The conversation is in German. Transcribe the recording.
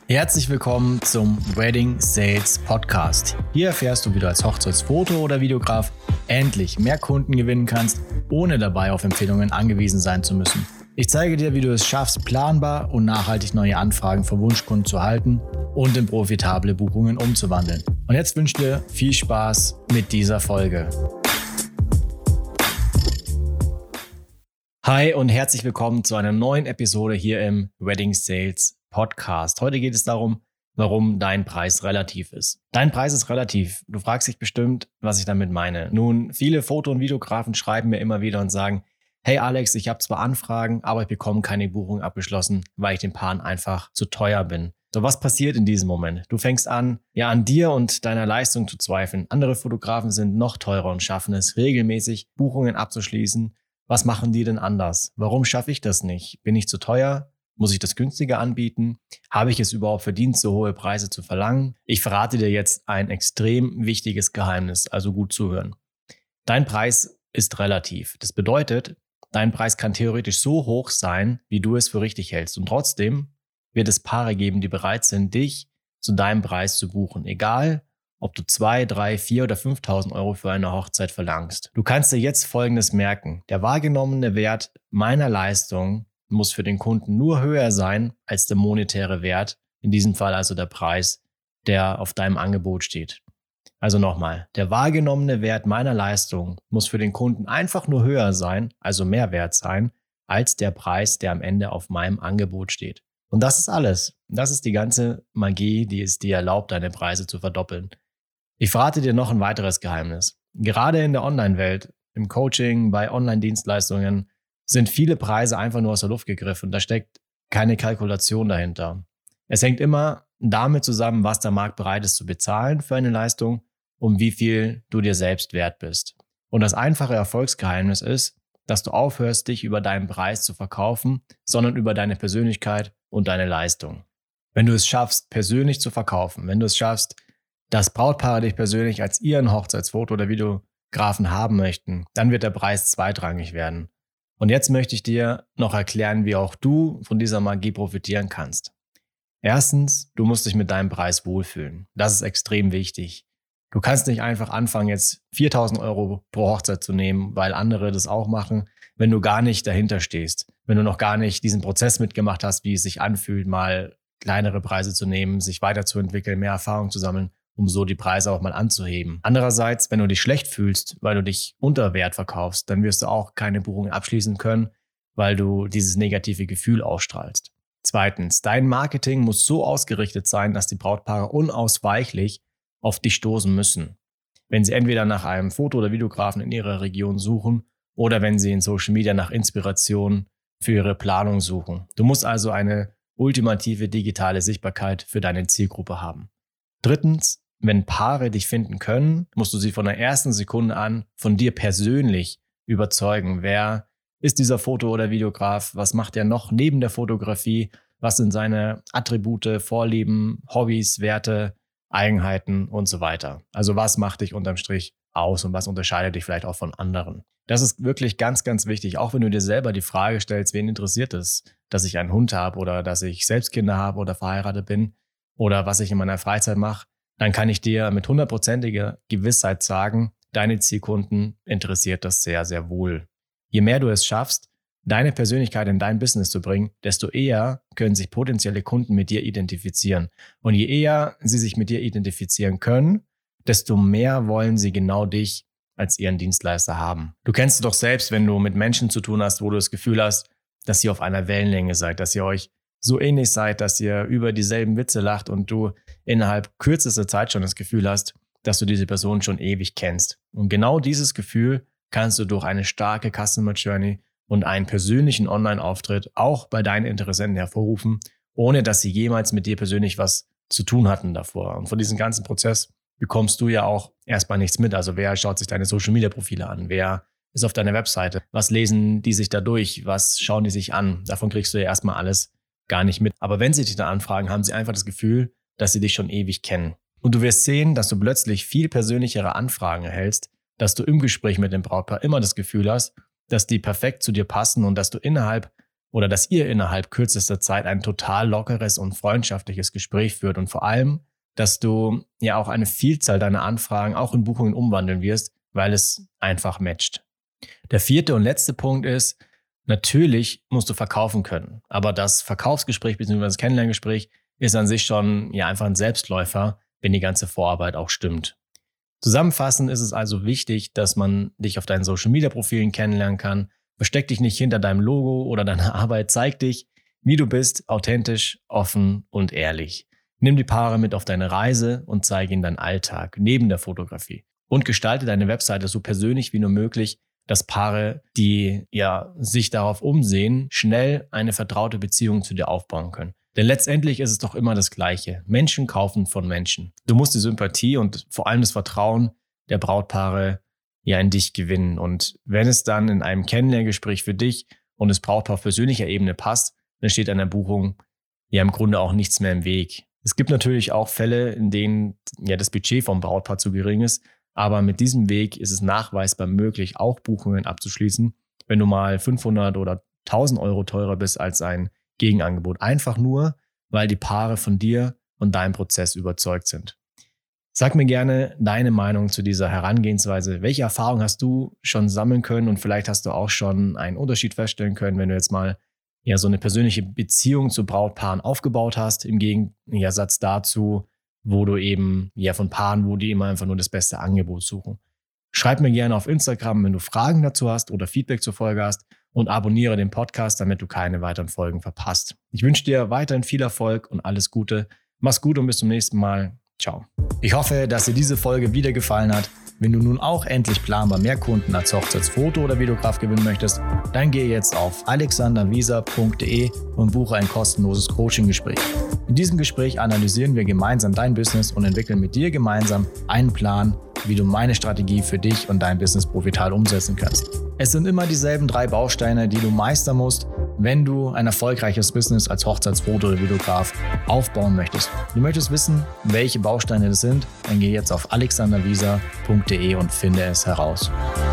Herzlich willkommen zum Wedding Sales Podcast. Hier erfährst du, wie du als Hochzeitsfoto- oder Videograf endlich mehr Kunden gewinnen kannst, ohne dabei auf Empfehlungen angewiesen sein zu müssen. Ich zeige dir, wie du es schaffst, planbar und nachhaltig neue Anfragen von Wunschkunden zu halten und in profitable Buchungen umzuwandeln. Und jetzt wünsche ich dir viel Spaß mit dieser Folge. Hi und herzlich willkommen zu einer neuen Episode hier im Wedding Sales Podcast. Heute geht es darum, warum dein Preis relativ ist. Dein Preis ist relativ. Du fragst dich bestimmt, was ich damit meine. Nun, viele Foto- und Videografen schreiben mir immer wieder und sagen, hey Alex, ich habe zwar Anfragen, aber ich bekomme keine Buchung abgeschlossen, weil ich den Paaren einfach zu teuer bin. So, was passiert in diesem Moment? Du fängst an dir und deiner Leistung zu zweifeln. Andere Fotografen sind noch teurer und schaffen es regelmäßig, Buchungen abzuschließen. Was machen die denn anders? Warum schaffe ich das nicht? Bin ich zu teuer? Muss ich das günstiger anbieten? Habe ich es überhaupt verdient, so hohe Preise zu verlangen? Ich verrate dir jetzt ein extrem wichtiges Geheimnis, also gut zuhören. Dein Preis ist relativ. Das bedeutet, dein Preis kann theoretisch so hoch sein, wie du es für richtig hältst. Und trotzdem wird es Paare geben, die bereit sind, dich zu deinem Preis zu buchen. Egal, ob du 2, 3, 4 oder 5.000 Euro für eine Hochzeit verlangst. Du kannst dir jetzt Folgendes merken. Der wahrgenommene Wert meiner Leistung muss für den Kunden nur höher sein als der monetäre Wert, in diesem Fall also der Preis, der auf deinem Angebot steht. Also nochmal, der wahrgenommene Wert meiner Leistung muss für den Kunden einfach nur höher sein, also mehr wert sein, als der Preis, der am Ende auf meinem Angebot steht. Und das ist alles. Das ist die ganze Magie, die es dir erlaubt, deine Preise zu verdoppeln. Ich verrate dir noch ein weiteres Geheimnis. Gerade in der Online-Welt, im Coaching, bei Online-Dienstleistungen sind viele Preise einfach nur aus der Luft gegriffen. Da steckt keine Kalkulation dahinter. Es hängt immer damit zusammen, was der Markt bereit ist zu bezahlen für eine Leistung und wie viel du dir selbst wert bist. Und das einfache Erfolgsgeheimnis ist, dass du aufhörst, dich über deinen Preis zu verkaufen, sondern über deine Persönlichkeit und deine Leistung. Wenn du es schaffst, persönlich zu verkaufen, wenn du es schaffst, dass Brautpaare dich persönlich als ihren Hochzeitsfoto- oder Videografen haben möchten, dann wird der Preis zweitrangig werden. Und jetzt möchte ich dir noch erklären, wie auch du von dieser Magie profitieren kannst. Erstens, du musst dich mit deinem Preis wohlfühlen. Das ist extrem wichtig. Du kannst nicht einfach anfangen, jetzt 4.000 Euro pro Hochzeit zu nehmen, weil andere das auch machen, wenn du gar nicht dahinter stehst. Wenn du noch gar nicht diesen Prozess mitgemacht hast, wie es sich anfühlt, mal kleinere Preise zu nehmen, sich weiterzuentwickeln, mehr Erfahrung zu sammeln, um so die Preise auch mal anzuheben. Andererseits, wenn du dich schlecht fühlst, weil du dich unter Wert verkaufst, dann wirst du auch keine Buchung abschließen können, weil du dieses negative Gefühl ausstrahlst. Zweitens, dein Marketing muss so ausgerichtet sein, dass die Brautpaare unausweichlich auf dich stoßen müssen. Wenn sie entweder nach einem Foto- oder Videografen in ihrer Region suchen oder wenn sie in Social Media nach Inspiration für ihre Planung suchen. Du musst also eine ultimative digitale Sichtbarkeit für deine Zielgruppe haben. Drittens, wenn Paare dich finden können, musst du sie von der ersten Sekunde an von dir persönlich überzeugen. Wer ist dieser Foto- oder Videograf? Was macht er noch neben der Fotografie? Was sind seine Attribute, Vorlieben, Hobbys, Werte, Eigenheiten und so weiter? Also was macht dich unterm Strich aus und was unterscheidet dich vielleicht auch von anderen? Das ist wirklich ganz, ganz wichtig. Auch wenn du dir selber die Frage stellst, wen interessiert es, dass ich einen Hund habe oder dass ich selbst Kinder habe oder verheiratet bin oder was ich in meiner Freizeit mache, dann kann ich dir mit 100%iger Gewissheit sagen, deine Zielkunden interessiert das sehr, sehr wohl. Je mehr du es schaffst, deine Persönlichkeit in dein Business zu bringen, desto eher können sich potenzielle Kunden mit dir identifizieren. Und je eher sie sich mit dir identifizieren können, desto mehr wollen sie genau dich als ihren Dienstleister haben. Du kennst es doch selbst, wenn du mit Menschen zu tun hast, wo du das Gefühl hast, dass ihr auf einer Wellenlänge seid, dass ihr euch so ähnlich seid, dass ihr über dieselben Witze lacht und du innerhalb kürzester Zeit schon das Gefühl hast, dass du diese Person schon ewig kennst. Und genau dieses Gefühl kannst du durch eine starke Customer Journey und einen persönlichen Online-Auftritt auch bei deinen Interessenten hervorrufen, ohne dass sie jemals mit dir persönlich was zu tun hatten davor. Und von diesem ganzen Prozess bekommst du ja auch erstmal nichts mit. Also wer schaut sich deine Social-Media-Profile an? Wer ist auf deiner Webseite? Was lesen die sich da durch? Was schauen die sich an? Davon kriegst du ja erstmal alles gar nicht mit. Aber wenn sie dich dann anfragen, haben sie einfach das Gefühl, dass sie dich schon ewig kennen. Und du wirst sehen, dass du plötzlich viel persönlichere Anfragen erhältst, dass du im Gespräch mit dem Brautpaar immer das Gefühl hast, dass die perfekt zu dir passen und dass du innerhalb oder dass ihr innerhalb kürzester Zeit ein total lockeres und freundschaftliches Gespräch führt und vor allem, dass du ja auch eine Vielzahl deiner Anfragen auch in Buchungen umwandeln wirst, weil es einfach matcht. Der 4. und letzte Punkt ist, natürlich musst du verkaufen können, aber das Verkaufsgespräch bzw. das Kennenlerngespräch ist an sich schon einfach ein Selbstläufer, wenn die ganze Vorarbeit auch stimmt. Zusammenfassend ist es also wichtig, dass man dich auf deinen Social-Media-Profilen kennenlernen kann. Versteck dich nicht hinter deinem Logo oder deiner Arbeit. Zeig dich, wie du bist, authentisch, offen und ehrlich. Nimm die Paare mit auf deine Reise und zeige ihnen deinen Alltag neben der Fotografie. Und gestalte deine Webseite so persönlich wie nur möglich, dass Paare, die sich darauf umsehen, schnell eine vertraute Beziehung zu dir aufbauen können. Denn letztendlich ist es doch immer das Gleiche. Menschen kaufen von Menschen. Du musst die Sympathie und vor allem das Vertrauen der Brautpaare in dich gewinnen. Und wenn es dann in einem Kennenlerngespräch für dich und das Brautpaar auf persönlicher Ebene passt, dann steht einer Buchung im Grunde auch nichts mehr im Weg. Es gibt natürlich auch Fälle, in denen das Budget vom Brautpaar zu gering ist, aber mit diesem Weg ist es nachweisbar möglich, auch Buchungen abzuschließen, wenn du mal 500 oder 1000 Euro teurer bist als ein Gegenangebot. Einfach nur, weil die Paare von dir und deinem Prozess überzeugt sind. Sag mir gerne deine Meinung zu dieser Herangehensweise. Welche Erfahrungen hast du schon sammeln können und vielleicht hast du auch schon einen Unterschied feststellen können, wenn du jetzt mal so eine persönliche Beziehung zu Brautpaaren aufgebaut hast, im Gegensatz dazu, wo du eben von Paaren, wo die immer einfach nur das beste Angebot suchen. Schreib mir gerne auf Instagram, wenn du Fragen dazu hast oder Feedback zur Folge hast und abonniere den Podcast, damit du keine weiteren Folgen verpasst. Ich wünsche dir weiterhin viel Erfolg und alles Gute. Mach's gut und bis zum nächsten Mal. Ciao. Ich hoffe, dass dir diese Folge wieder gefallen hat. Wenn du nun auch endlich planbar mehr Kunden als Hochzeitsfoto- oder Videograf gewinnen möchtest, dann gehe jetzt auf alexanderwieser.de und buche ein kostenloses Coaching-Gespräch. In diesem Gespräch analysieren wir gemeinsam dein Business und entwickeln mit dir gemeinsam einen Plan, wie du meine Strategie für dich und dein Business profitabel umsetzen kannst. Es sind immer dieselben 3 Bausteine, die du meistern musst, wenn du ein erfolgreiches Business als Hochzeitsfoto- oder Videograf aufbauen möchtest. Du möchtest wissen, welche Bausteine das sind? Dann geh jetzt auf alexanderwieser.de und finde es heraus.